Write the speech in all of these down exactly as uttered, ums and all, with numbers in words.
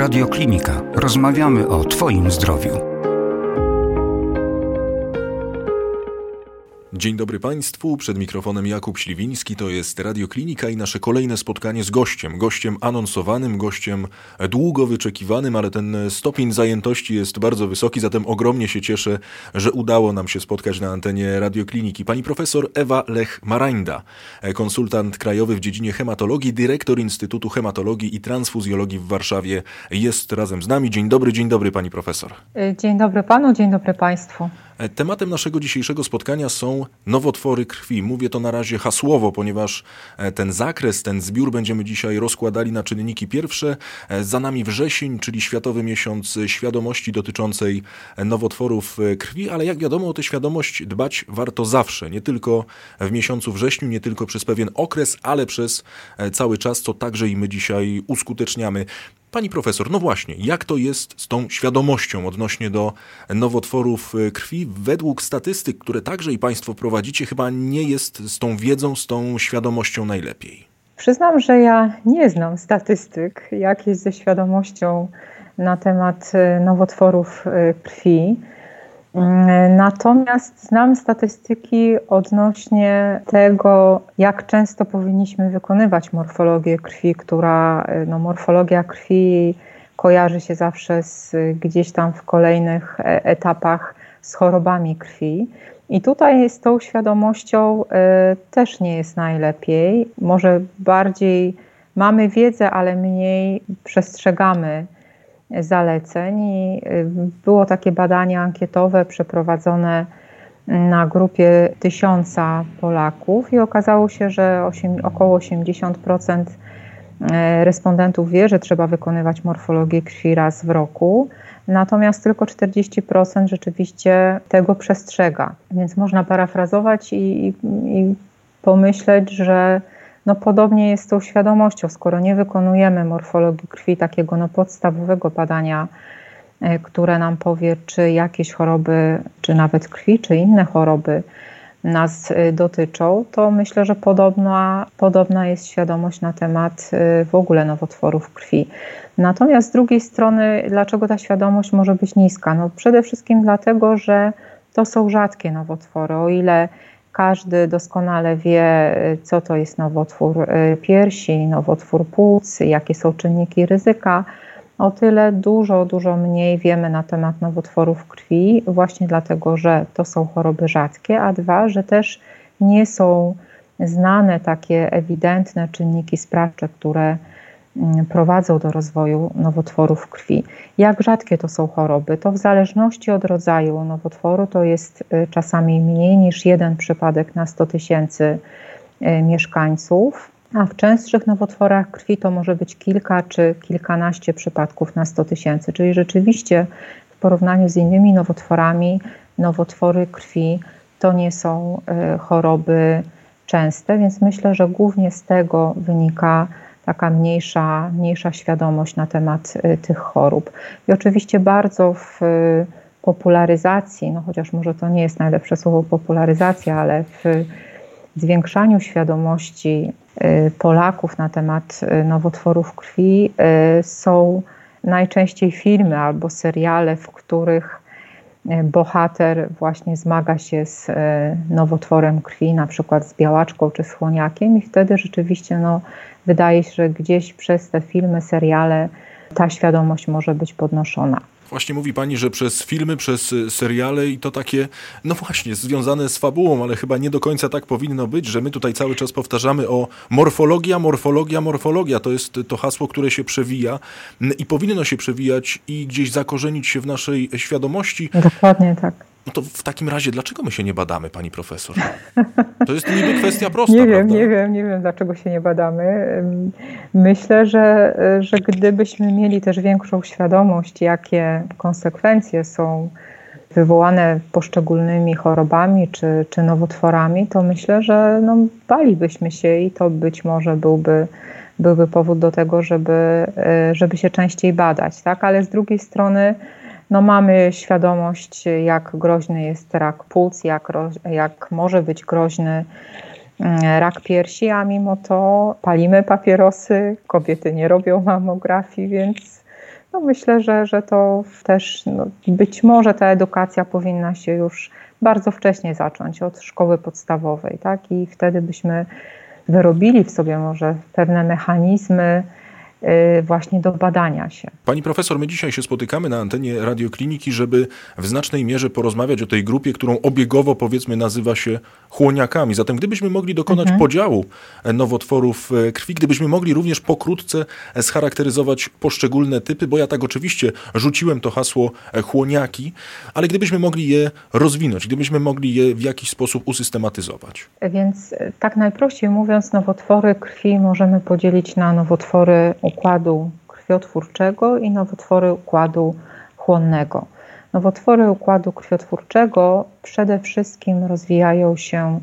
Radio Klinika. Rozmawiamy o Twoim zdrowiu. Dzień dobry Państwu, przed mikrofonem Jakub Śliwiński, to jest Radio Klinika i nasze kolejne spotkanie z gościem. Gościem anonsowanym, gościem długo wyczekiwanym, ale ten stopień zajętości jest bardzo wysoki, zatem ogromnie się cieszę, że udało nam się spotkać na antenie Radio Kliniki. Pani profesor Ewa Lech-Marajnda, konsultant krajowy w dziedzinie hematologii, dyrektor Instytutu Hematologii i Transfuzjologii w Warszawie jest razem z nami. Dzień dobry, dzień dobry Pani profesor. Dzień dobry Panu, dzień dobry Państwu. Tematem naszego dzisiejszego spotkania są nowotwory krwi. Mówię to na razie hasłowo, ponieważ ten zakres, ten zbiór będziemy dzisiaj rozkładali na czynniki pierwsze. Za nami wrzesień, czyli Światowy Miesiąc Świadomości dotyczącej nowotworów krwi, ale jak wiadomo, o tę świadomość dbać warto zawsze. Nie tylko w miesiącu wrześniu, nie tylko przez pewien okres, ale przez cały czas, co także i my dzisiaj uskuteczniamy. Pani profesor, no właśnie, jak to jest z tą świadomością odnośnie do nowotworów krwi? Według statystyk, które także i Państwo prowadzicie, chyba nie jest z tą wiedzą, z tą świadomością najlepiej. Przyznam, że ja nie znam statystyk, jak jest ze świadomością na temat nowotworów krwi. Natomiast znam statystyki odnośnie tego, jak często powinniśmy wykonywać morfologię krwi, która, no morfologia krwi kojarzy się zawsze z, gdzieś tam w kolejnych etapach z chorobami krwi. I tutaj z tą świadomością y, też nie jest najlepiej. Może bardziej mamy wiedzę, ale mniej przestrzegamy zaleceń. I było takie badanie ankietowe przeprowadzone na grupie tysiąca Polaków i okazało się, że około osiemdziesiąt procent respondentów wie, że trzeba wykonywać morfologię krwi raz w roku, natomiast tylko czterdzieści procent rzeczywiście tego przestrzega. Więc można parafrazować i, i, i pomyśleć, że no podobnie jest z tą świadomością, skoro nie wykonujemy morfologii krwi, takiego no podstawowego badania, które nam powie, czy jakieś choroby, czy nawet krwi, czy inne choroby nas dotyczą, to myślę, że podobna, podobna jest świadomość na temat w ogóle nowotworów krwi. Natomiast z drugiej strony, dlaczego ta świadomość może być niska? No przede wszystkim dlatego, że to są rzadkie nowotwory. O ile każdy doskonale wie, co to jest nowotwór piersi, nowotwór płuc, jakie są czynniki ryzyka, o tyle dużo, dużo mniej wiemy na temat nowotworów krwi, właśnie dlatego, że to są choroby rzadkie, a dwa, że też nie są znane takie ewidentne czynniki sprawcze, które prowadzą do rozwoju nowotworów krwi. Jak rzadkie to są choroby? To w zależności od rodzaju nowotworu to jest czasami mniej niż jeden przypadek na sto tysięcy mieszkańców, a w częstszych nowotworach krwi to może być kilka czy kilkanaście przypadków na sto tysięcy. Czyli rzeczywiście w porównaniu z innymi nowotworami, nowotwory krwi to nie są choroby częste, więc myślę, że głównie z tego wynika taka mniejsza, mniejsza świadomość na temat tych chorób. I oczywiście bardzo w popularyzacji, no chociaż może to nie jest najlepsze słowo popularyzacja, ale w zwiększaniu świadomości Polaków na temat nowotworów krwi są najczęściej filmy albo seriale, w których bohater właśnie zmaga się z nowotworem krwi, na przykład z białaczką czy z chłoniakiem i wtedy rzeczywiście no, wydaje się, że gdzieś przez te filmy, seriale ta świadomość może być podnoszona. Właśnie mówi Pani, że przez filmy, przez seriale i to takie, no właśnie, związane z fabułą, ale chyba nie do końca tak powinno być, że my tutaj cały czas powtarzamy o morfologia, morfologia, morfologia. To jest to hasło, które się przewija i powinno się przewijać i gdzieś zakorzenić się w naszej świadomości. Dokładnie tak. No to w takim razie, dlaczego my się nie badamy, Pani profesor? To jest niby kwestia prosta, nie wiem, prawda? Nie wiem, nie wiem, dlaczego się nie badamy. Myślę, że, że gdybyśmy mieli też większą świadomość, jakie konsekwencje są wywołane poszczególnymi chorobami czy, czy nowotworami, to myślę, że no, balibyśmy się i to być może byłby, byłby powód do tego, żeby, żeby się częściej badać, tak? Ale z drugiej strony no mamy świadomość, jak groźny jest rak płuc, jak, jak może być groźny rak piersi, a mimo to palimy papierosy, kobiety nie robią mammografii, więc No myślę, że, że to też no, być może ta edukacja powinna się już bardzo wcześnie zacząć, od szkoły podstawowej, tak? I wtedy byśmy wyrobili w sobie może pewne mechanizmy właśnie do badania się. Pani profesor, my dzisiaj się spotykamy na antenie Radiokliniki, żeby w znacznej mierze porozmawiać o tej grupie, którą obiegowo powiedzmy nazywa się chłoniakami. Zatem gdybyśmy mogli dokonać mhm. podziału nowotworów krwi, gdybyśmy mogli również pokrótce scharakteryzować poszczególne typy, bo ja tak oczywiście rzuciłem to hasło chłoniaki, ale gdybyśmy mogli je rozwinąć, gdybyśmy mogli je w jakiś sposób usystematyzować. Więc tak najprościej mówiąc, nowotwory krwi możemy podzielić na nowotwory układu krwiotwórczego i nowotwory układu chłonnego. Nowotwory układu krwiotwórczego przede wszystkim rozwijają się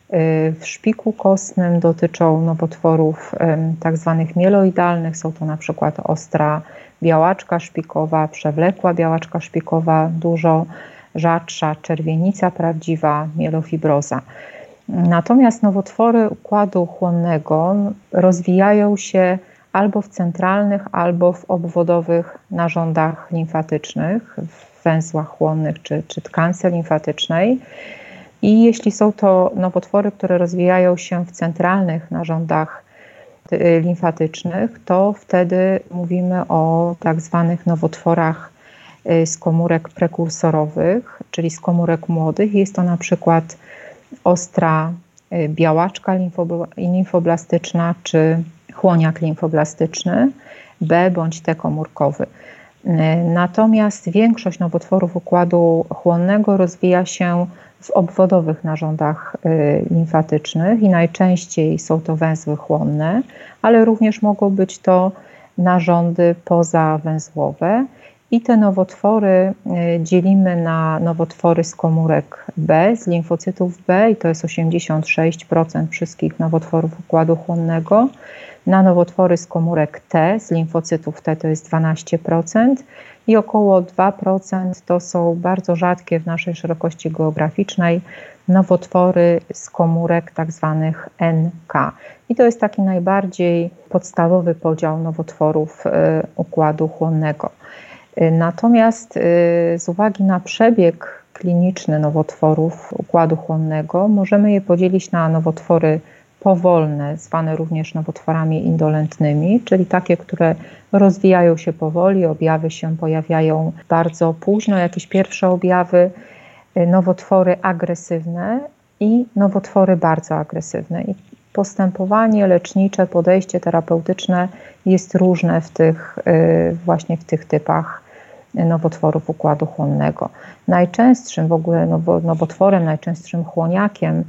w szpiku kostnym, dotyczą nowotworów tak zwanych mieloidalnych, są to na przykład ostra białaczka szpikowa, przewlekła białaczka szpikowa, dużo rzadsza czerwienica prawdziwa, mielofibroza. Natomiast nowotwory układu chłonnego rozwijają się albo w centralnych, albo w obwodowych narządach limfatycznych, w węzłach chłonnych czy, czy tkance limfatycznej. I jeśli są to nowotwory, które rozwijają się w centralnych narządach limfatycznych, to wtedy mówimy o tak zwanych nowotworach z komórek prekursorowych, czyli z komórek młodych. Jest to na przykład ostra białaczka limfoblastyczna czy chłoniak limfoblastyczny, B bądź T komórkowy. Natomiast większość nowotworów układu chłonnego rozwija się w obwodowych narządach limfatycznych i najczęściej są to węzły chłonne, ale również mogą być to narządy pozawęzłowe. I te nowotwory dzielimy na nowotwory z komórek B, z limfocytów B, i to jest osiemdziesiąt sześć procent wszystkich nowotworów układu chłonnego, na nowotwory z komórek T, z limfocytów T to jest dwanaście procent i około dwa procent to są bardzo rzadkie w naszej szerokości geograficznej nowotwory z komórek tak zwanych N K. I to jest taki najbardziej podstawowy podział nowotworów układu chłonnego. Natomiast z uwagi na przebieg kliniczny nowotworów układu chłonnego możemy je podzielić na nowotwory powolne, zwane również nowotworami indolentnymi, czyli takie, które rozwijają się powoli, objawy się pojawiają bardzo późno, jakieś pierwsze objawy, nowotwory agresywne i nowotwory bardzo agresywne. I postępowanie lecznicze, podejście terapeutyczne jest różne w tych, właśnie w tych typach nowotworów układu chłonnego. Najczęstszym w ogóle nowotworem, najczęstszym chłoniakiem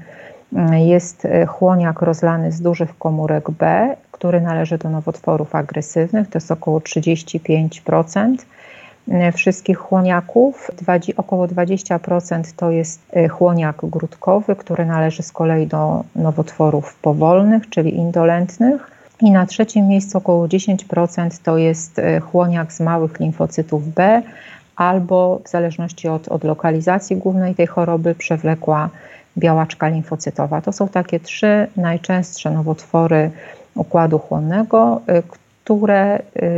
jest chłoniak rozlany z dużych komórek B, który należy do nowotworów agresywnych, to jest około trzydzieści pięć procent wszystkich chłoniaków. Około dwadzieścia procent to jest chłoniak grudkowy, który należy z kolei do nowotworów powolnych, czyli indolentnych. I na trzecim miejscu około dziesięć procent to jest chłoniak z małych limfocytów B albo w zależności od, od lokalizacji głównej tej choroby przewlekła białaczka limfocytowa. To są takie trzy najczęstsze nowotwory układu chłonnego, które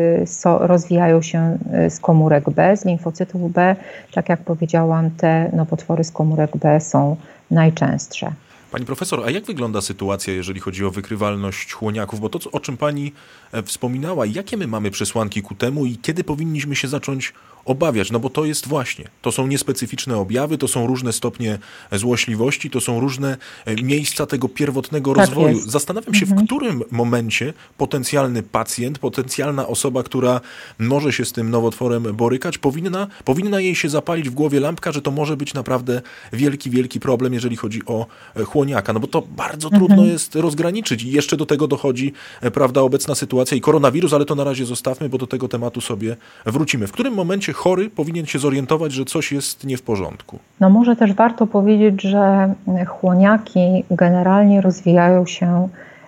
rozwijają się z komórek B, z limfocytów B. Tak jak powiedziałam, te nowotwory z komórek B są najczęstsze. Pani profesor, a jak wygląda sytuacja, jeżeli chodzi o wykrywalność chłoniaków? Bo to, o czym pani wspominała, jakie my mamy przesłanki ku temu i kiedy powinniśmy się zacząć obawiać? No bo to jest właśnie, to są niespecyficzne objawy, to są różne stopnie złośliwości, to są różne miejsca tego pierwotnego tak rozwoju. Jest. Zastanawiam się, mhm. w którym momencie potencjalny pacjent, potencjalna osoba, która może się z tym nowotworem borykać, powinna, powinna jej się zapalić w głowie lampka, że to może być naprawdę wielki, wielki problem, jeżeli chodzi o chłoniaka. No bo to bardzo mhm. trudno jest rozgraniczyć i jeszcze do tego dochodzi, prawda, obecna sytuacja i koronawirus, ale to na razie zostawmy, bo do tego tematu sobie wrócimy. W którym momencie chory powinien się zorientować, że coś jest nie w porządku? No może też warto powiedzieć, że chłoniaki generalnie rozwijają się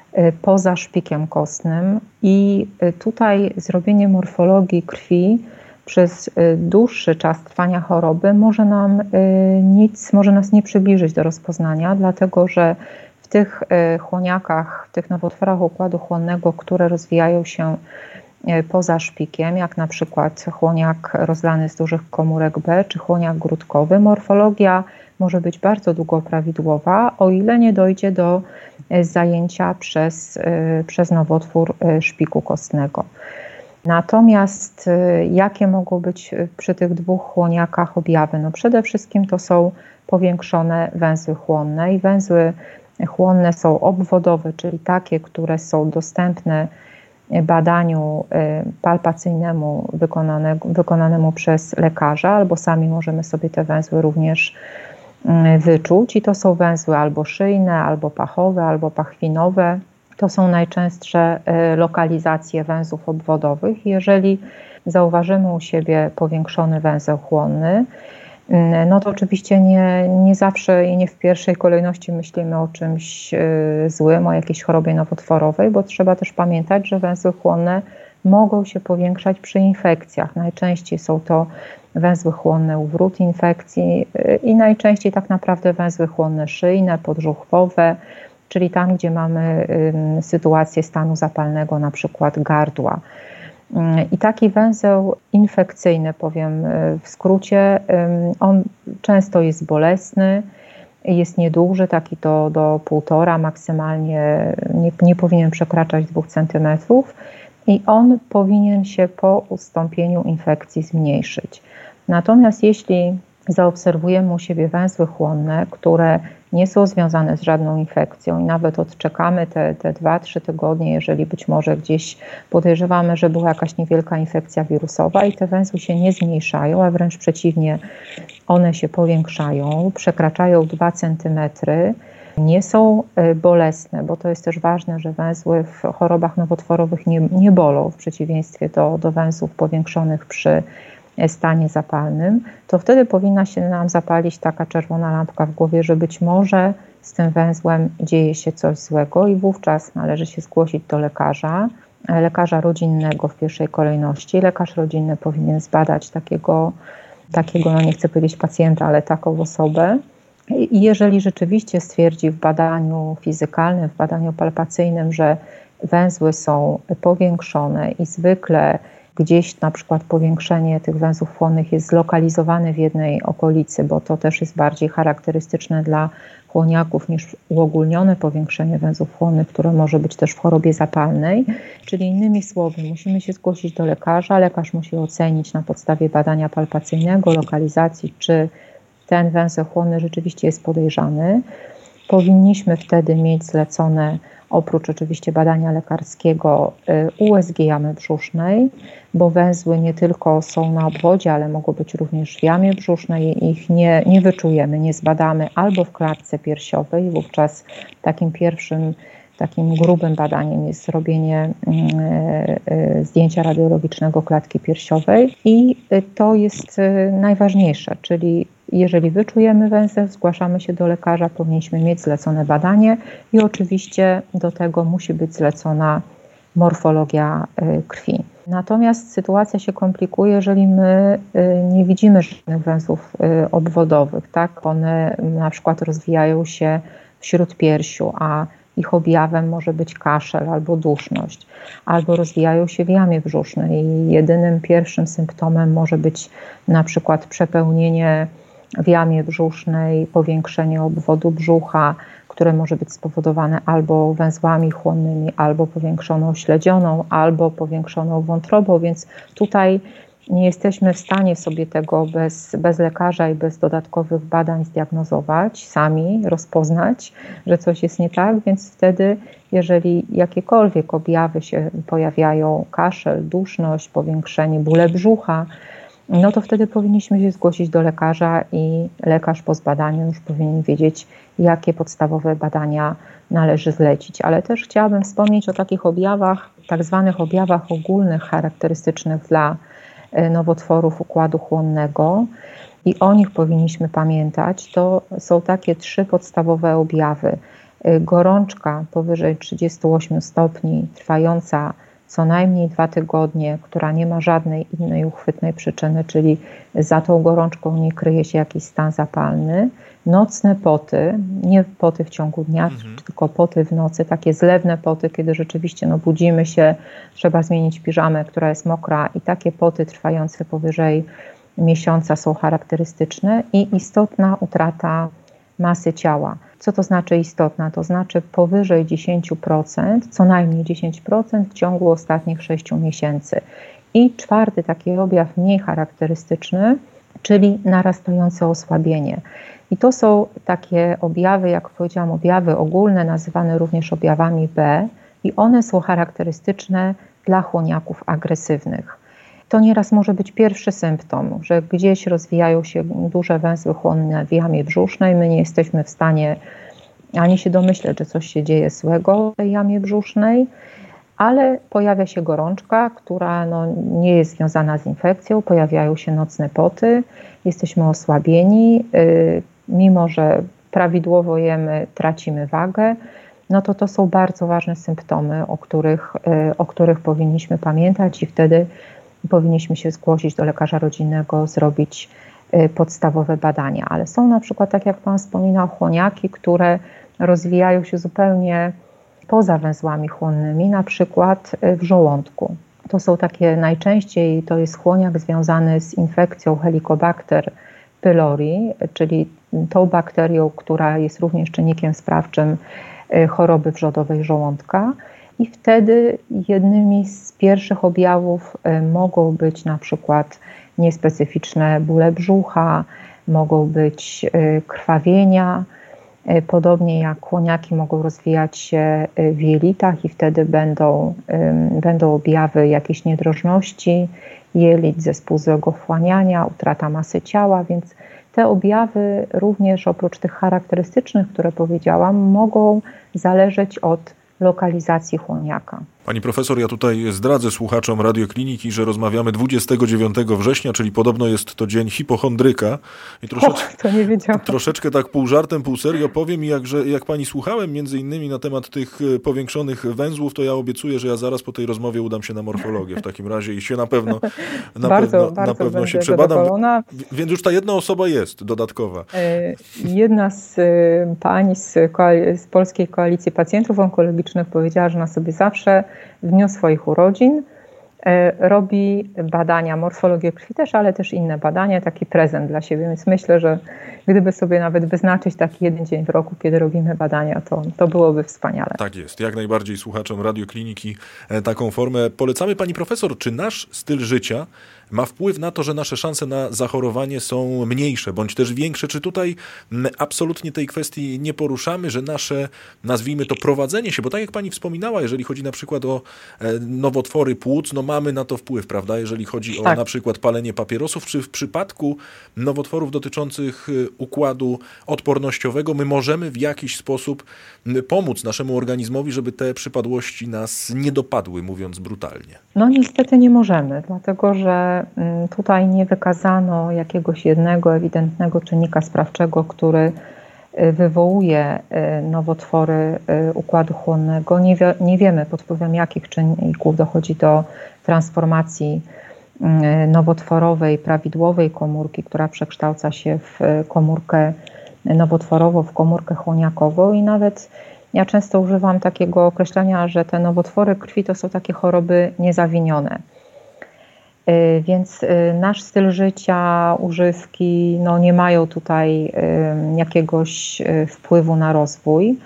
poza szpikiem kostnym i tutaj zrobienie morfologii krwi przez dłuższy czas trwania choroby może nam nic, może nas nie przybliżyć do rozpoznania, dlatego że w tych chłoniakach, w tych nowotworach układu chłonnego, które rozwijają się poza szpikiem, jak na przykład chłoniak rozlany z dużych komórek B czy chłoniak grudkowy, morfologia może być bardzo długo prawidłowa, o ile nie dojdzie do zajęcia przez, przez nowotwór szpiku kostnego. Natomiast jakie mogą być przy tych dwóch chłoniakach objawy? No przede wszystkim to są powiększone węzły chłonne i węzły chłonne są obwodowe, czyli takie, które są dostępne badaniu palpacyjnemu wykonanemu przez lekarza, albo sami możemy sobie te węzły również wyczuć. I to są węzły albo szyjne, albo pachowe, albo pachwinowe. To są najczęstsze lokalizacje węzłów obwodowych. Jeżeli zauważymy u siebie powiększony węzeł chłonny, no to oczywiście nie, nie zawsze i nie w pierwszej kolejności myślimy o czymś złym, o jakiejś chorobie nowotworowej, bo trzeba też pamiętać, że węzły chłonne mogą się powiększać przy infekcjach. Najczęściej są to węzły chłonne u wrót infekcji i najczęściej tak naprawdę węzły chłonne szyjne, podżuchwowe, czyli tam, gdzie mamy sytuację stanu zapalnego, na przykład gardła. I taki węzeł infekcyjny, powiem w skrócie, on często jest bolesny, jest nieduży, taki to do półtora, maksymalnie nie, nie powinien przekraczać dwóch centymetrów i on powinien się po ustąpieniu infekcji zmniejszyć. Natomiast jeśli zaobserwujemy u siebie węzły chłonne, które nie są związane z żadną infekcją i nawet odczekamy te, te dwa trzy tygodnie, jeżeli być może gdzieś podejrzewamy, że była jakaś niewielka infekcja wirusowa i te węzły się nie zmniejszają, a wręcz przeciwnie, one się powiększają, przekraczają dwa centymetry, nie są bolesne, bo to jest też ważne, że węzły w chorobach nowotworowych nie, nie bolą, w przeciwieństwie do, do węzłów powiększonych przy stanie zapalnym, to wtedy powinna się nam zapalić taka czerwona lampka w głowie, że być może z tym węzłem dzieje się coś złego i wówczas należy się zgłosić do lekarza, lekarza rodzinnego w pierwszej kolejności. Lekarz rodzinny powinien zbadać takiego, takiego no nie chcę powiedzieć pacjenta, ale taką osobę. I jeżeli rzeczywiście stwierdzi w badaniu fizykalnym, w badaniu palpacyjnym, że węzły są powiększone i zwykle gdzieś na przykład powiększenie tych węzłów chłonnych jest zlokalizowane w jednej okolicy, bo to też jest bardziej charakterystyczne dla chłoniaków niż uogólnione powiększenie węzłów chłonnych, które może być też w chorobie zapalnej. Czyli innymi słowy, musimy się zgłosić do lekarza, lekarz musi ocenić na podstawie badania palpacyjnego, lokalizacji, czy ten węzeł chłonny rzeczywiście jest podejrzany. Powinniśmy wtedy mieć zlecone, oprócz oczywiście badania lekarskiego, U S G jamy brzusznej, bo węzły nie tylko są na obwodzie, ale mogą być również w jamie brzusznej i ich nie, nie wyczujemy, nie zbadamy albo w klatce piersiowej. Wówczas takim pierwszym, takim grubym badaniem jest zrobienie zdjęcia radiologicznego klatki piersiowej i to jest najważniejsze, czyli jeżeli wyczujemy węzeł, zgłaszamy się do lekarza, powinniśmy mieć zlecone badanie i oczywiście do tego musi być zlecona morfologia krwi. Natomiast sytuacja się komplikuje, jeżeli my nie widzimy żadnych węzłów obwodowych, tak? One na przykład rozwijają się w śródpiersiu, a ich objawem może być kaszel albo duszność, albo rozwijają się w jamie brzusznej i jedynym pierwszym symptomem może być na przykład przepełnienie w jamie brzusznej, powiększenie obwodu brzucha, które może być spowodowane albo węzłami chłonnymi, albo powiększoną śledzioną, albo powiększoną wątrobą, więc tutaj nie jesteśmy w stanie sobie tego bez, bez lekarza i bez dodatkowych badań zdiagnozować, sami rozpoznać, że coś jest nie tak, więc wtedy, jeżeli jakiekolwiek objawy się pojawiają, kaszel, duszność, powiększenie, bóle brzucha, no to wtedy powinniśmy się zgłosić do lekarza i lekarz po zbadaniu już powinien wiedzieć, jakie podstawowe badania należy zlecić. Ale też chciałabym wspomnieć o takich objawach, tak zwanych objawach ogólnych, charakterystycznych dla nowotworów układu chłonnego i o nich powinniśmy pamiętać. To są takie trzy podstawowe objawy. Gorączka powyżej trzydziestu ośmiu stopni, trwająca co najmniej dwa tygodnie, która nie ma żadnej innej uchwytnej przyczyny, czyli za tą gorączką nie kryje się jakiś stan zapalny. Nocne poty, nie poty w ciągu dnia, mhm. tylko poty w nocy, takie zlewne poty, kiedy rzeczywiście no, budzimy się, trzeba zmienić piżamę, która jest mokra i takie poty trwające powyżej miesiąca są charakterystyczne i istotna utrata masy ciała. Co to znaczy istotna? To znaczy powyżej dziesięć procent, co najmniej dziesięć procent w ciągu ostatnich sześciu miesięcy. I czwarty taki objaw mniej charakterystyczny, czyli narastające osłabienie. I to są takie objawy, jak powiedziałam, objawy ogólne, nazywane również objawami B i one są charakterystyczne dla chłoniaków agresywnych. To nieraz może być pierwszy symptom, że gdzieś rozwijają się duże węzły chłonne w jamie brzusznej. My nie jesteśmy w stanie ani się domyśleć, że coś się dzieje złego w tej jamie brzusznej, ale pojawia się gorączka, która no, nie jest związana z infekcją, pojawiają się nocne poty, jesteśmy osłabieni, yy, mimo że prawidłowo jemy, tracimy wagę, no to to są bardzo ważne symptomy, o których, yy, o których powinniśmy pamiętać i wtedy powinniśmy się zgłosić do lekarza rodzinnego, zrobić podstawowe badania. Ale są na przykład, tak jak Pan wspominał, chłoniaki, które rozwijają się zupełnie poza węzłami chłonnymi, na przykład w żołądku. To są takie najczęściej, to jest chłoniak związany z infekcją Helicobacter pylori, czyli tą bakterią, która jest również czynnikiem sprawczym choroby wrzodowej żołądka. I wtedy jednymi z pierwszych objawów mogą być na przykład niespecyficzne bóle brzucha, mogą być krwawienia, podobnie jak chłoniaki mogą rozwijać się w jelitach i wtedy będą, będą objawy jakiejś niedrożności jelit, zespół złego wchłaniania, utrata masy ciała, więc te objawy również oprócz tych charakterystycznych, które powiedziałam, mogą zależeć od lokalizacji chłoniaka. Pani profesor, ja tutaj zdradzę słuchaczom Radiokliniki, że rozmawiamy dwudziestego dziewiątego września, czyli podobno jest to dzień hipochondryka. I troszeczkę, o, to nie wiedziałam. Troszeczkę tak pół żartem, pół serio powiem i jak, że, jak pani słuchałem między innymi na temat tych powiększonych węzłów, to ja obiecuję, że ja zaraz po tej rozmowie udam się na morfologię w takim razie i się na pewno, na bardzo, pewno, bardzo na pewno się przebadam. Zadowolona. Więc już ta jedna osoba jest dodatkowa. Jedna z pań z, koal- z Polskiej Koalicji Pacjentów Onkologicznych powiedziała, że ona sobie zawsze w dniu swoich urodzin robi badania, morfologię krwi też, ale też inne badania, taki prezent dla siebie, więc myślę, że gdyby sobie nawet wyznaczyć taki jeden dzień w roku, kiedy robimy badania, to, to byłoby wspaniale. Tak jest, jak najbardziej słuchaczom Radiokliniki taką formę polecamy. Pani profesor, czy nasz styl życia ma wpływ na to, że nasze szanse na zachorowanie są mniejsze, bądź też większe? Czy tutaj absolutnie tej kwestii nie poruszamy, że nasze, nazwijmy to, prowadzenie się, bo tak jak pani wspominała, jeżeli chodzi na przykład o nowotwory płuc, no mamy na to wpływ, prawda? Jeżeli chodzi tak. o na przykład palenie papierosów, czy w przypadku nowotworów dotyczących układu odpornościowego my możemy w jakiś sposób pomóc naszemu organizmowi, żeby te przypadłości nas nie dopadły, mówiąc brutalnie? No niestety nie możemy, dlatego że tutaj nie wykazano jakiegoś jednego ewidentnego czynnika sprawczego, który wywołuje nowotwory układu chłonnego. Nie, wie, nie wiemy, pod wpływem jakich czynników dochodzi do transformacji nowotworowej, prawidłowej komórki, która przekształca się w komórkę nowotworową, w komórkę chłoniakową i nawet ja często używam takiego określenia, że te nowotwory krwi to są takie choroby niezawinione. Więc nasz styl życia, używki no nie mają tutaj jakiegoś wpływu na rozwój.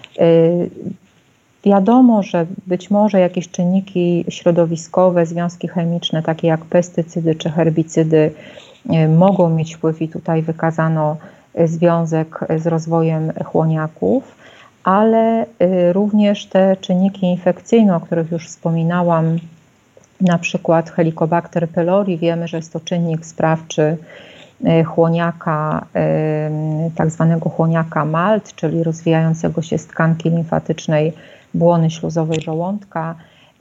Wiadomo, że być może jakieś czynniki środowiskowe, związki chemiczne, takie jak pestycydy czy herbicydy, mogą mieć wpływ i tutaj wykazano związek z rozwojem chłoniaków, ale również te czynniki infekcyjne, o których już wspominałam, na przykład Helicobacter pylori, wiemy, że jest to czynnik sprawczy chłoniaka, tak zwanego chłoniaka MALT, czyli rozwijającego się z tkanki limfatycznej błony śluzowej żołądka.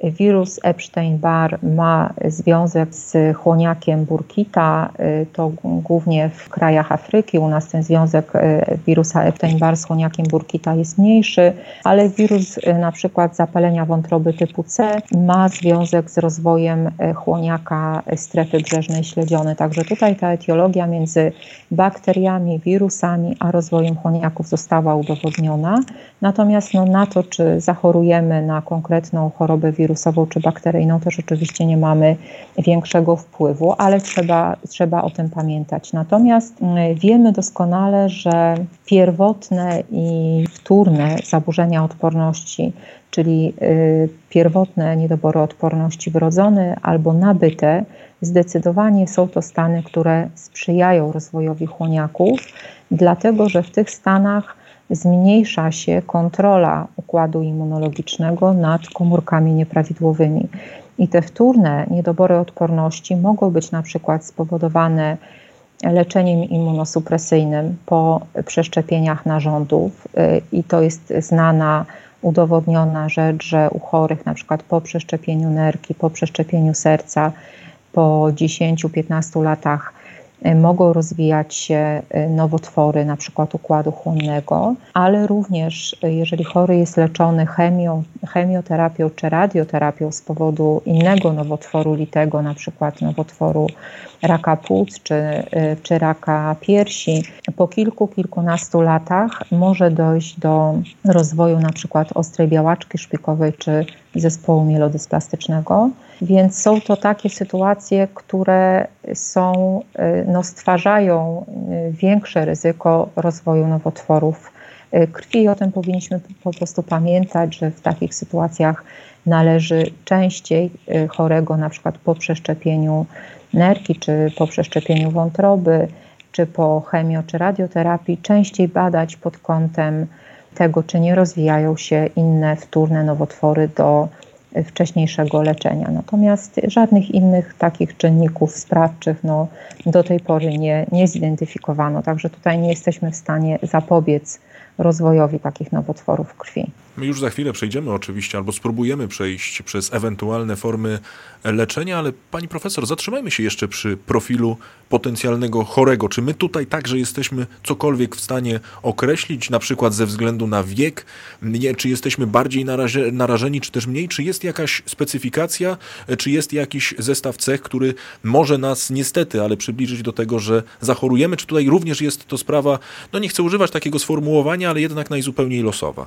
Wirus Epstein-Barr ma związek z chłoniakiem Burkitta, to głównie w krajach Afryki. U nas ten związek wirusa Epstein-Barr z chłoniakiem Burkitta jest mniejszy, ale wirus na przykład zapalenia wątroby typu C ma związek z rozwojem chłoniaka strefy brzeżnej śledziony. Także tutaj ta etiologia między bakteriami, wirusami, a rozwojem chłoniaków została udowodniona. Natomiast no, na to, czy zachorujemy na konkretną chorobę wirusową czy bakteryjną, to rzeczywiście nie mamy większego wpływu, ale trzeba, trzeba o tym pamiętać. Natomiast wiemy doskonale, że pierwotne i wtórne zaburzenia odporności, czyli pierwotne niedobory odporności wrodzone albo nabyte, zdecydowanie są to stany, które sprzyjają rozwojowi chłoniaków, dlatego że w tych stanach zmniejsza się kontrola układu immunologicznego nad komórkami nieprawidłowymi. I te wtórne niedobory odporności mogą być na przykład spowodowane leczeniem immunosupresyjnym po przeszczepieniach narządów i to jest znana, udowodniona rzecz, że u chorych na przykład po przeszczepieniu nerki, po przeszczepieniu serca, po dziesięciu do piętnastu latach mogą rozwijać się nowotwory, na przykład układu chłonnego, ale również jeżeli chory jest leczony chemią, chemioterapią czy radioterapią z powodu innego nowotworu litego, na przykład nowotworu raka płuc czy, czy raka piersi, po kilku, kilkunastu latach może dojść do rozwoju na przykład ostrej białaczki szpikowej czy zespołu mielodysplastycznego. Więc są to takie sytuacje, które są, no, stwarzają większe ryzyko rozwoju nowotworów krwi. I o tym powinniśmy po prostu pamiętać, że w takich sytuacjach należy częściej chorego, na przykład po przeszczepieniu nerki, czy po przeszczepieniu wątroby, czy po chemio, czy radioterapii, częściej badać pod kątem tego, czy nie rozwijają się inne wtórne nowotwory do wcześniejszego leczenia. Natomiast żadnych innych takich czynników sprawczych no, do tej pory nie, nie zidentyfikowano, także tutaj nie jesteśmy w stanie zapobiec rozwojowi takich nowotworów krwi. My już za chwilę przejdziemy oczywiście, albo spróbujemy przejść przez ewentualne formy leczenia, ale pani profesor, zatrzymajmy się jeszcze przy profilu potencjalnego chorego. Czy my tutaj także jesteśmy cokolwiek w stanie określić, na przykład ze względu na wiek? Nie, czy jesteśmy bardziej naraże, narażeni, czy też mniej? Czy jest jakaś specyfikacja, czy jest jakiś zestaw cech, który może nas niestety, ale przybliżyć do tego, że zachorujemy? Czy tutaj również jest to sprawa, no nie chcę używać takiego sformułowania, ale jednak najzupełniej losowa?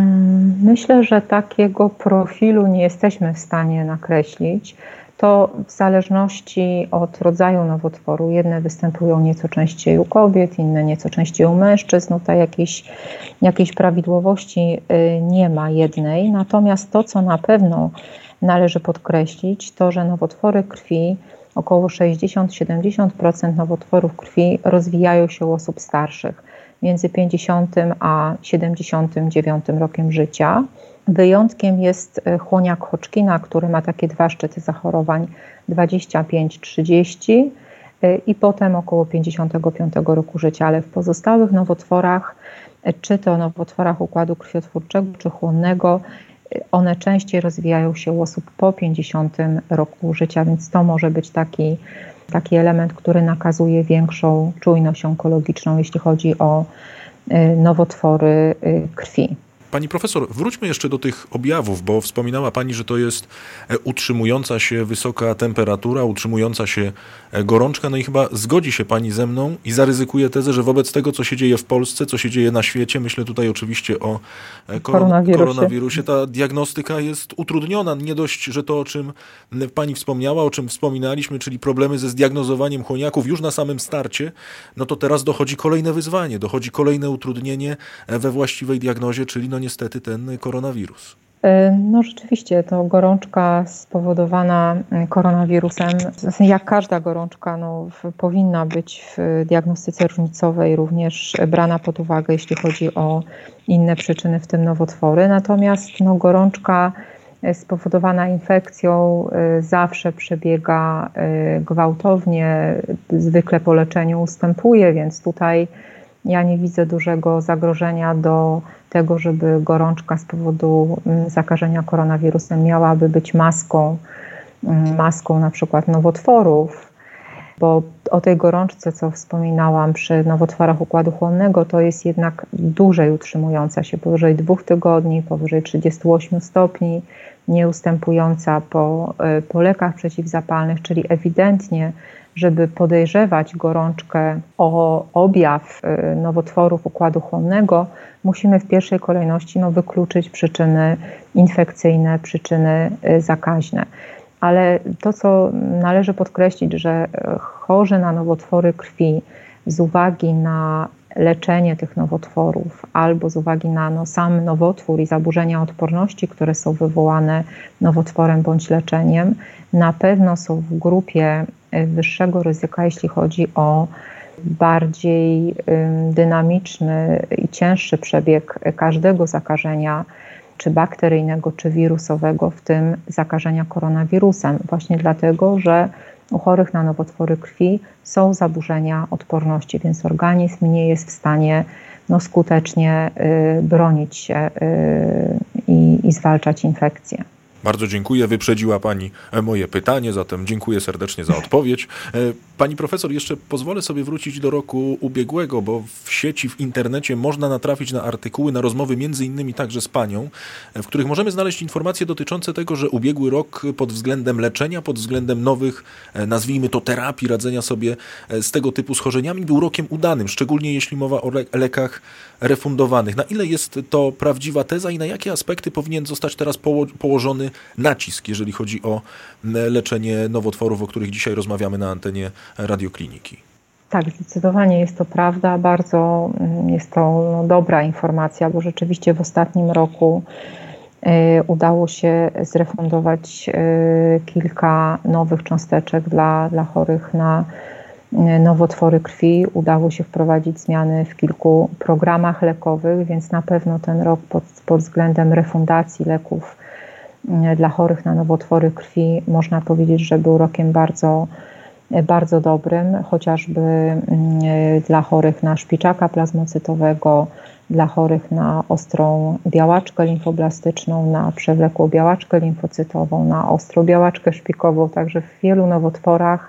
Myślę, że takiego profilu nie jesteśmy w stanie nakreślić. To w zależności od rodzaju nowotworu. Jedne występują nieco częściej u kobiet, inne nieco częściej u mężczyzn. No tutaj jakiejś, jakiejś prawidłowości nie ma jednej. Natomiast to, co na pewno należy podkreślić, to, że nowotwory krwi, około sześćdziesiąt do siedemdziesięciu procent nowotworów krwi rozwijają się u osób starszych, między pięćdziesiątym a siedemdziesiątym dziewiątym rokiem życia. Wyjątkiem jest chłoniak Hodgkina, który ma takie dwa szczyty zachorowań dwadzieścia pięć do trzydziestu i potem około pięćdziesiątego piątego roku życia, ale w pozostałych nowotworach, czy to nowotworach układu krwiotwórczego, czy chłonnego, one częściej rozwijają się u osób po pięćdziesiątym roku życia, więc to może być taki taki element, który nakazuje większą czujność onkologiczną, jeśli chodzi o nowotwory krwi. Pani profesor, wróćmy jeszcze do tych objawów, bo wspominała pani, że to jest utrzymująca się wysoka temperatura, utrzymująca się gorączka, no i chyba zgodzi się pani ze mną i zaryzykuje tezę, że wobec tego, co się dzieje w Polsce, co się dzieje na świecie, myślę tutaj oczywiście o koron- koronawirusie. koronawirusie, ta diagnostyka jest utrudniona. Nie dość, że to, o czym pani wspomniała, o czym wspominaliśmy, czyli problemy ze zdiagnozowaniem chłoniaków już na samym starcie, no to teraz dochodzi kolejne wyzwanie, dochodzi kolejne utrudnienie we właściwej diagnozie, czyli no niestety ten koronawirus. No rzeczywiście, to gorączka spowodowana koronawirusem, jak każda gorączka, no, powinna być w diagnostyce różnicowej również brana pod uwagę, jeśli chodzi o inne przyczyny, w tym nowotwory. Natomiast no, gorączka spowodowana infekcją zawsze przebiega gwałtownie, zwykle po leczeniu ustępuje, więc tutaj ja nie widzę dużego zagrożenia do tego, żeby gorączka z powodu zakażenia koronawirusem miałaby być maską, maską na przykład nowotworów, bo o tej gorączce, co wspominałam przy nowotworach układu chłonnego, to jest jednak dłużej utrzymująca się, powyżej dwóch tygodni, powyżej trzydziestu ośmiu stopni, nieustępująca po, po lekach przeciwzapalnych, czyli ewidentnie, żeby podejrzewać gorączkę o objaw nowotworów układu chłonnego, musimy w pierwszej kolejności no, wykluczyć przyczyny infekcyjne, przyczyny zakaźne. Ale to, co należy podkreślić, że chorzy na nowotwory krwi z uwagi na leczenie tych nowotworów albo z uwagi na no, sam nowotwór i zaburzenia odporności, które są wywołane nowotworem bądź leczeniem, na pewno są w grupie wyższego ryzyka, jeśli chodzi o bardziej dynamiczny i cięższy przebieg każdego zakażenia, czy bakteryjnego, czy wirusowego, w tym zakażenia koronawirusem. Właśnie dlatego, że u chorych na nowotwory krwi są zaburzenia odporności, więc organizm nie jest w stanie no, skutecznie y, bronić się y, i, i zwalczać infekcje. Bardzo dziękuję. Wyprzedziła Pani moje pytanie, zatem dziękuję serdecznie za odpowiedź. Pani profesor, jeszcze pozwolę sobie wrócić do roku ubiegłego, bo w sieci, w internecie można natrafić na artykuły, na rozmowy między innymi także z Panią, w których możemy znaleźć informacje dotyczące tego, że ubiegły rok pod względem leczenia, pod względem nowych, nazwijmy to terapii, radzenia sobie z tego typu schorzeniami był rokiem udanym, szczególnie jeśli mowa o le- lekach refundowanych. Na ile jest to prawdziwa teza i na jakie aspekty powinien zostać teraz poło- położony nacisk, jeżeli chodzi o leczenie nowotworów, o których dzisiaj rozmawiamy na antenie radiokliniki? Tak, zdecydowanie jest to prawda. Bardzo jest to no, dobra informacja, bo rzeczywiście w ostatnim roku y, udało się zrefundować y, kilka nowych cząsteczek dla, dla chorych na y, nowotwory krwi. Udało się wprowadzić zmiany w kilku programach lekowych, więc na pewno ten rok pod, pod względem refundacji leków dla chorych na nowotwory krwi można powiedzieć, że był rokiem bardzo, bardzo dobrym, chociażby dla chorych na szpiczaka plazmocytowego, dla chorych na ostrą białaczkę limfoblastyczną, na przewlekłą białaczkę limfocytową, na ostrą białaczkę szpikową. Także w wielu nowotworach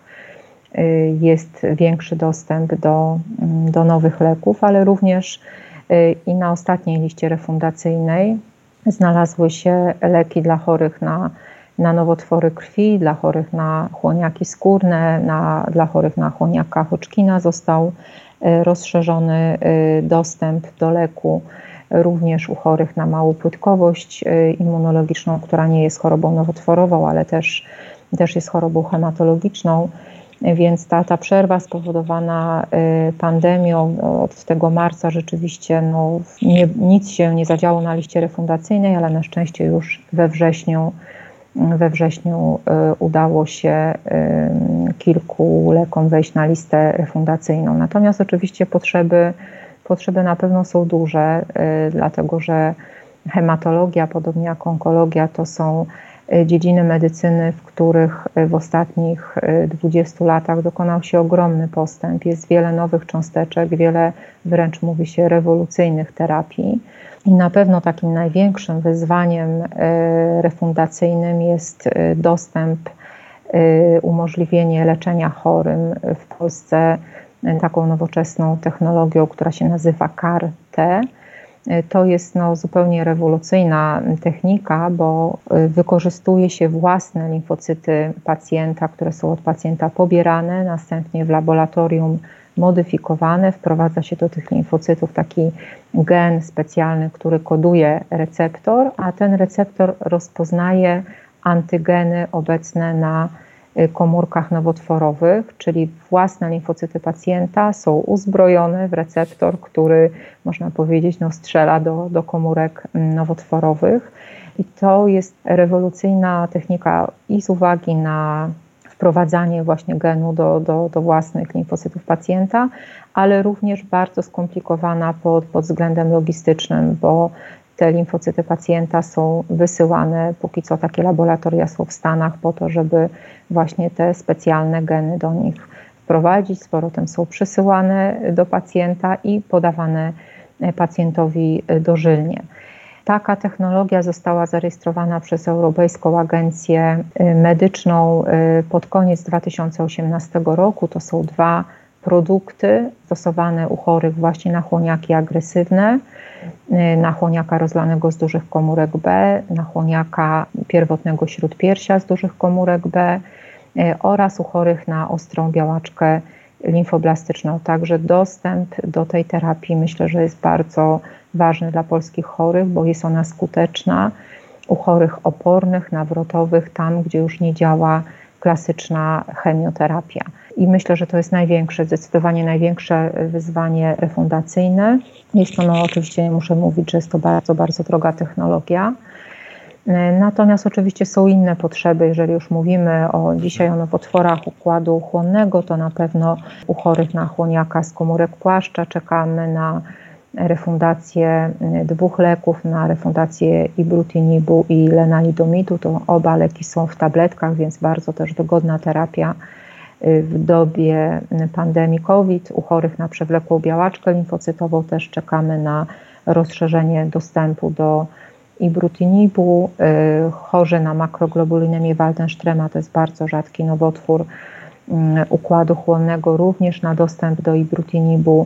jest większy dostęp do, do nowych leków, ale również i na ostatniej liście refundacyjnej znalazły się leki dla chorych na, na nowotwory krwi, dla chorych na chłoniaki skórne, na, dla chorych na chłoniaka Hodgkina został rozszerzony dostęp do leku, również u chorych na małą płytkowość immunologiczną, która nie jest chorobą nowotworową, ale też, też jest chorobą hematologiczną. Więc ta, ta przerwa spowodowana pandemią od tego marca rzeczywiście no, nie, nic się nie zadziało na liście refundacyjnej, ale na szczęście już we wrześniu, we wrześniu udało się kilku lekom wejść na listę refundacyjną. Natomiast oczywiście potrzeby, potrzeby na pewno są duże, dlatego że hematologia, podobnie jak onkologia, to są dziedziny medycyny, w których w ostatnich dwudziestu latach dokonał się ogromny postęp. Jest wiele nowych cząsteczek, wiele wręcz mówi się rewolucyjnych terapii. I na pewno takim największym wyzwaniem refundacyjnym jest dostęp, umożliwienie leczenia chorym w Polsce taką nowoczesną technologią, która się nazywa C A R T. To jest no, zupełnie rewolucyjna technika, bo wykorzystuje się własne limfocyty pacjenta, które są od pacjenta pobierane, następnie w laboratorium modyfikowane. Wprowadza się do tych limfocytów taki gen specjalny, który koduje receptor, a ten receptor rozpoznaje antygeny obecne na komórkach nowotworowych, czyli własne limfocyty pacjenta są uzbrojone w receptor, który można powiedzieć no, strzela do, do komórek nowotworowych. I to jest rewolucyjna technika i z uwagi na wprowadzanie właśnie genu do, do, do własnych limfocytów pacjenta, ale również bardzo skomplikowana pod, pod względem logistycznym, bo te limfocyty pacjenta są wysyłane, póki co takie laboratoria są w Stanach po to, żeby właśnie te specjalne geny do nich wprowadzić, z powrotem są przysyłane do pacjenta i podawane pacjentowi dożylnie. Taka technologia została zarejestrowana przez Europejską Agencję Medyczną pod koniec dwa tysiące osiemnastego roku. To są dwa produkty stosowane u chorych właśnie na chłoniaki agresywne, na chłoniaka rozlanego z dużych komórek B, na chłoniaka pierwotnego śródpiersia z dużych komórek B oraz u chorych na ostrą białaczkę limfoblastyczną. Także dostęp do tej terapii myślę, że jest bardzo ważny dla polskich chorych, bo jest ona skuteczna u chorych opornych, nawrotowych, tam gdzie już nie działa klasyczna chemioterapia. I myślę, że to jest największe, zdecydowanie największe wyzwanie refundacyjne. Jest to, no oczywiście nie muszę mówić, że jest to bardzo, bardzo droga technologia. Natomiast oczywiście są inne potrzeby, jeżeli już mówimy o, dzisiaj o nowotworach układu chłonnego, to na pewno u chorych na chłoniaka z komórek płaszcza czekamy na refundację dwóch leków, na refundację ibrutinibu i lenalidomidu. To oba leki są w tabletkach, więc bardzo też dogodna terapia w dobie pandemii COVID. U chorych na przewlekłą białaczkę limfocytową też czekamy na rozszerzenie dostępu do ibrutinibu. Chorzy na makroglobulinemię Waldenströma, to jest bardzo rzadki nowotwór układu chłonnego, również na dostęp do ibrutinibu,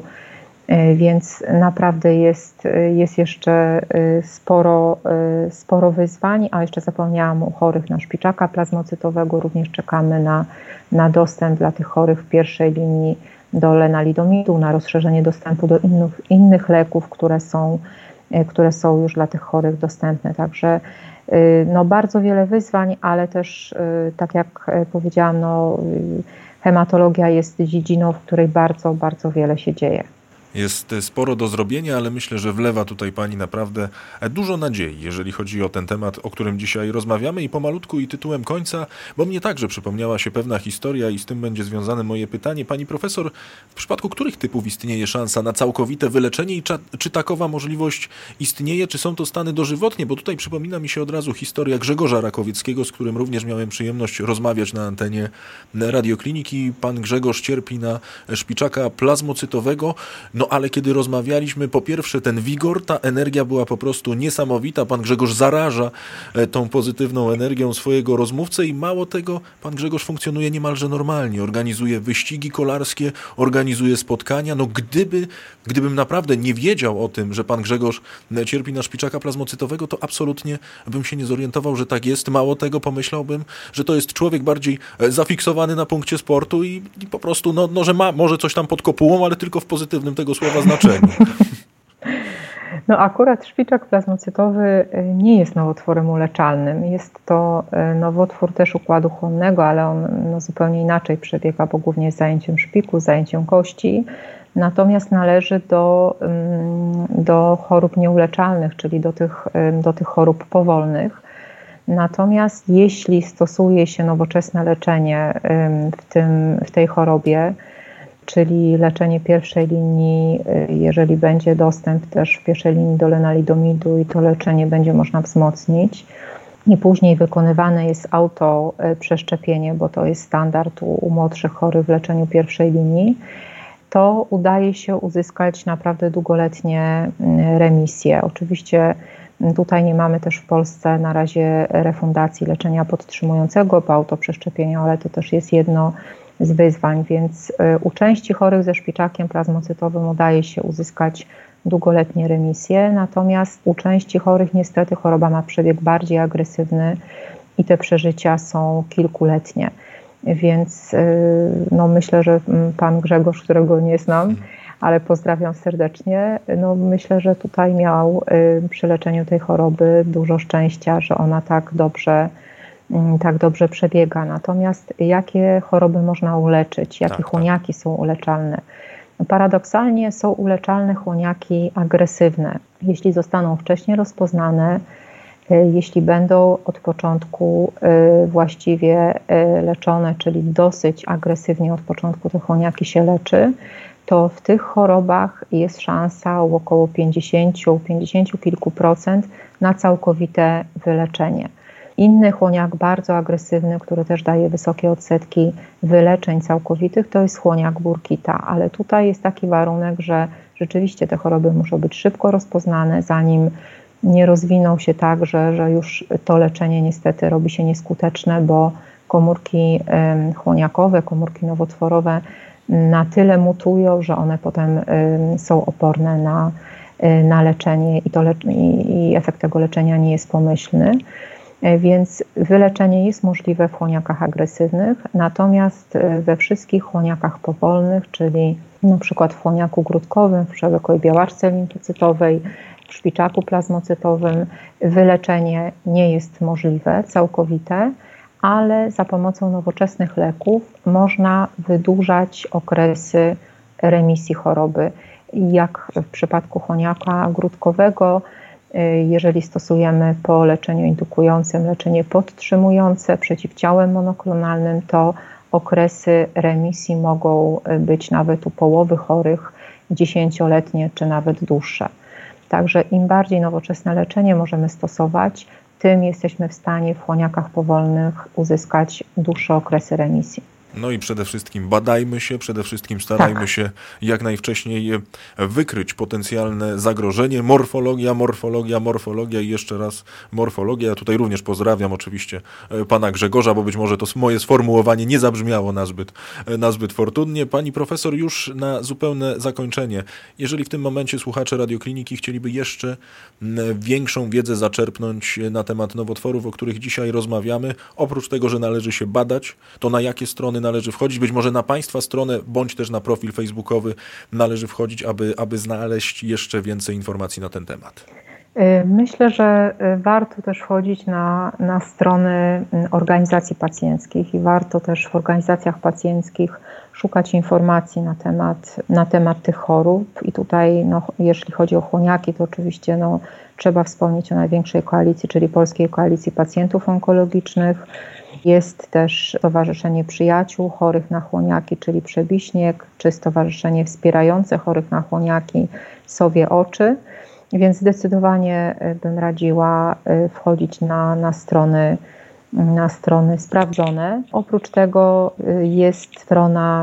więc naprawdę jest, jest jeszcze sporo, sporo wyzwań, a jeszcze zapomniałam u chorych na szpiczaka plazmocytowego, również czekamy na, na dostęp dla tych chorych w pierwszej linii do lenalidomidu, na rozszerzenie dostępu do innych, innych leków, które są które są już dla tych chorych dostępne. Także no, bardzo wiele wyzwań, ale też, tak jak powiedziałam, no, hematologia jest dziedziną, w której bardzo, bardzo wiele się dzieje. Jest sporo do zrobienia, ale myślę, że wlewa tutaj Pani naprawdę dużo nadziei, jeżeli chodzi o ten temat, o którym dzisiaj rozmawiamy. I pomalutku i tytułem końca, bo mnie także przypomniała się pewna historia i z tym będzie związane moje pytanie. Pani profesor, w przypadku których typów istnieje szansa na całkowite wyleczenie i czy, czy takowa możliwość istnieje, czy są to stany dożywotnie? Bo tutaj przypomina mi się od razu historia Grzegorza Rakowieckiego, z którym również miałem przyjemność rozmawiać na antenie radiokliniki. Pan Grzegorz cierpi na szpiczaka plazmocytowego. No ale kiedy rozmawialiśmy, po pierwsze ten wigor, ta energia była po prostu niesamowita. Pan Grzegorz zaraża tą pozytywną energią swojego rozmówcę i mało tego, pan Grzegorz funkcjonuje niemalże normalnie. Organizuje wyścigi kolarskie, organizuje spotkania. No gdyby, gdybym naprawdę nie wiedział o tym, że pan Grzegorz cierpi na szpiczaka plazmocytowego, to absolutnie bym się nie zorientował, że tak jest. Mało tego, pomyślałbym, że to jest człowiek bardziej zafiksowany na punkcie sportu i, i po prostu, no, no, że ma może coś tam pod kopułą, ale tylko w pozytywnym tego słowa znaczeniu. No akurat szpiczak plazmocytowy nie jest nowotworem uleczalnym. Jest to nowotwór też układu chłonnego, ale on no, zupełnie inaczej przebiega, bo głównie jest zajęciem szpiku, zajęciem kości. Natomiast należy do, do chorób nieuleczalnych, czyli do tych, do tych chorób powolnych. Natomiast jeśli stosuje się nowoczesne leczenie w, tym, w tej chorobie, czyli leczenie pierwszej linii, jeżeli będzie dostęp też w pierwszej linii do lenalidomidu i to leczenie będzie można wzmocnić. I później wykonywane jest autoprzeszczepienie, bo to jest standard u, u młodszych chorych w leczeniu pierwszej linii, to udaje się uzyskać naprawdę długoletnie remisje. Oczywiście tutaj nie mamy też w Polsce na razie refundacji leczenia podtrzymującego po autoprzeszczepieniu, ale to też jest jedno z wyzwań, więc u części chorych ze szpiczakiem plazmocytowym udaje się uzyskać długoletnie remisje, natomiast u części chorych niestety choroba ma przebieg bardziej agresywny i te przeżycia są kilkuletnie. Więc no, myślę, że pan Grzegorz, którego nie znam, ale pozdrawiam serdecznie, no, myślę, że tutaj miał przy leczeniu tej choroby dużo szczęścia, że ona tak dobrze tak dobrze przebiega. Natomiast jakie choroby można uleczyć? Jakie tak, chłoniaki tak. są uleczalne? No, paradoksalnie są uleczalne chłoniaki agresywne. Jeśli zostaną wcześniej rozpoznane, jeśli będą od początku właściwie leczone, czyli dosyć agresywnie od początku te chłoniaki się leczy, to w tych chorobach jest szansa około pięćdziesiąt, pięćdziesiąt kilku procent na całkowite wyleczenie. Inny chłoniak bardzo agresywny, który też daje wysokie odsetki wyleczeń całkowitych, to jest chłoniak Burkitta, ale tutaj jest taki warunek, że rzeczywiście te choroby muszą być szybko rozpoznane, zanim nie rozwiną się tak, że, że już to leczenie niestety robi się nieskuteczne, bo komórki chłoniakowe, komórki nowotworowe na tyle mutują, że one potem są oporne na, na leczenie i, to le- i efekt tego leczenia nie jest pomyślny. Więc wyleczenie jest możliwe w chłoniakach agresywnych, natomiast we wszystkich chłoniakach powolnych, czyli na przykład w chłoniaku grudkowym, w przewlekłej białaczce limfocytowej, w szpiczaku plazmocytowym, wyleczenie nie jest możliwe, całkowite, ale za pomocą nowoczesnych leków można wydłużać okresy remisji choroby. Jak w przypadku chłoniaka grudkowego, jeżeli stosujemy po leczeniu indukującym leczenie podtrzymujące przeciwciałem monoklonalnym, to okresy remisji mogą być nawet u połowy chorych dziesięcioletnie czy nawet dłuższe. Także im bardziej nowoczesne leczenie możemy stosować, tym jesteśmy w stanie w chłoniakach powolnych uzyskać dłuższe okresy remisji. No i przede wszystkim badajmy się, przede wszystkim starajmy tak. się jak najwcześniej wykryć potencjalne zagrożenie. Morfologia, morfologia, morfologia i jeszcze raz morfologia. Ja tutaj również pozdrawiam oczywiście pana Grzegorza, bo być może to moje sformułowanie nie zabrzmiało nazbyt, nazbyt fortunnie. Pani profesor, już na zupełne zakończenie. Jeżeli w tym momencie słuchacze Radiokliniki chcieliby jeszcze większą wiedzę zaczerpnąć na temat nowotworów, o których dzisiaj rozmawiamy, oprócz tego, że należy się badać, to na jakie strony należy wchodzić? Być może na Państwa stronę, bądź też na profil facebookowy należy wchodzić, aby, aby znaleźć jeszcze więcej informacji na ten temat. Myślę, że warto też wchodzić na, na strony organizacji pacjenckich i warto też w organizacjach pacjenckich szukać informacji na temat, na temat tych chorób. I tutaj, no, jeśli chodzi o chłoniaki, to oczywiście no, trzeba wspomnieć o największej koalicji, czyli Polskiej Koalicji Pacjentów Onkologicznych. Jest też Stowarzyszenie Przyjaciół Chorych na Chłoniaki, czyli Przebiśnieg, czy Stowarzyszenie Wspierające Chorych na Chłoniaki Sowie Oczy. Więc zdecydowanie bym radziła wchodzić na, na, strony, na strony sprawdzone. Oprócz tego jest strona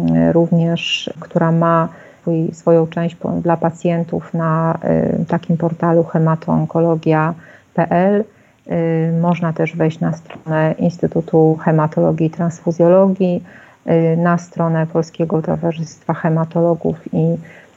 również, która ma swój, swoją część dla pacjentów na takim portalu hematoonkologia kropka p l. Można też wejść na stronę Instytutu Hematologii i Transfuzjologii, na stronę Polskiego Towarzystwa Hematologów i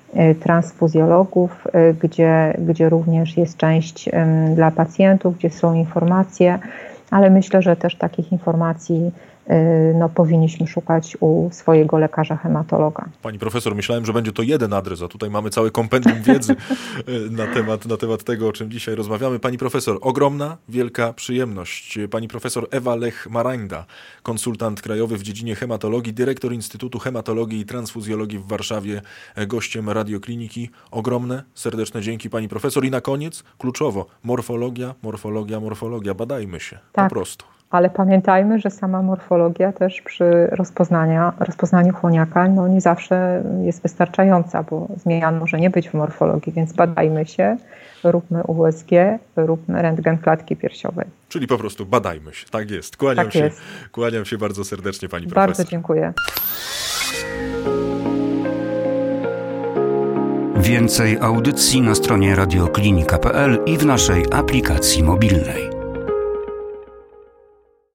Transfuzjologów, gdzie, gdzie również jest część dla pacjentów, gdzie są informacje, ale myślę, że też takich informacji no, powinniśmy szukać u swojego lekarza hematologa. Pani profesor, myślałem, że będzie to jeden adres, a tutaj mamy całe kompendium wiedzy na temat, na temat tego, o czym dzisiaj rozmawiamy. Pani profesor, ogromna, wielka przyjemność. Pani profesor Ewa Lech-Maranda, konsultant krajowy w dziedzinie hematologii, dyrektor Instytutu Hematologii i Transfuzjologii w Warszawie, gościem Radiokliniki. Ogromne, serdeczne dzięki pani profesor. I na koniec, kluczowo, morfologia, morfologia, morfologia. Badajmy się, tak. Po prostu. Ale pamiętajmy, że sama morfologia też przy rozpoznania, rozpoznaniu chłoniaka no nie zawsze jest wystarczająca, bo zmian może nie być w morfologii, więc badajmy się, róbmy U S G, róbmy rentgen klatki piersiowej. Czyli po prostu badajmy się, tak jest. Kłaniam, tak się, jest. Kłaniam się bardzo serdecznie pani profesor. Bardzo dziękuję. Więcej audycji na stronie radioklinika kropka p l i w naszej aplikacji mobilnej.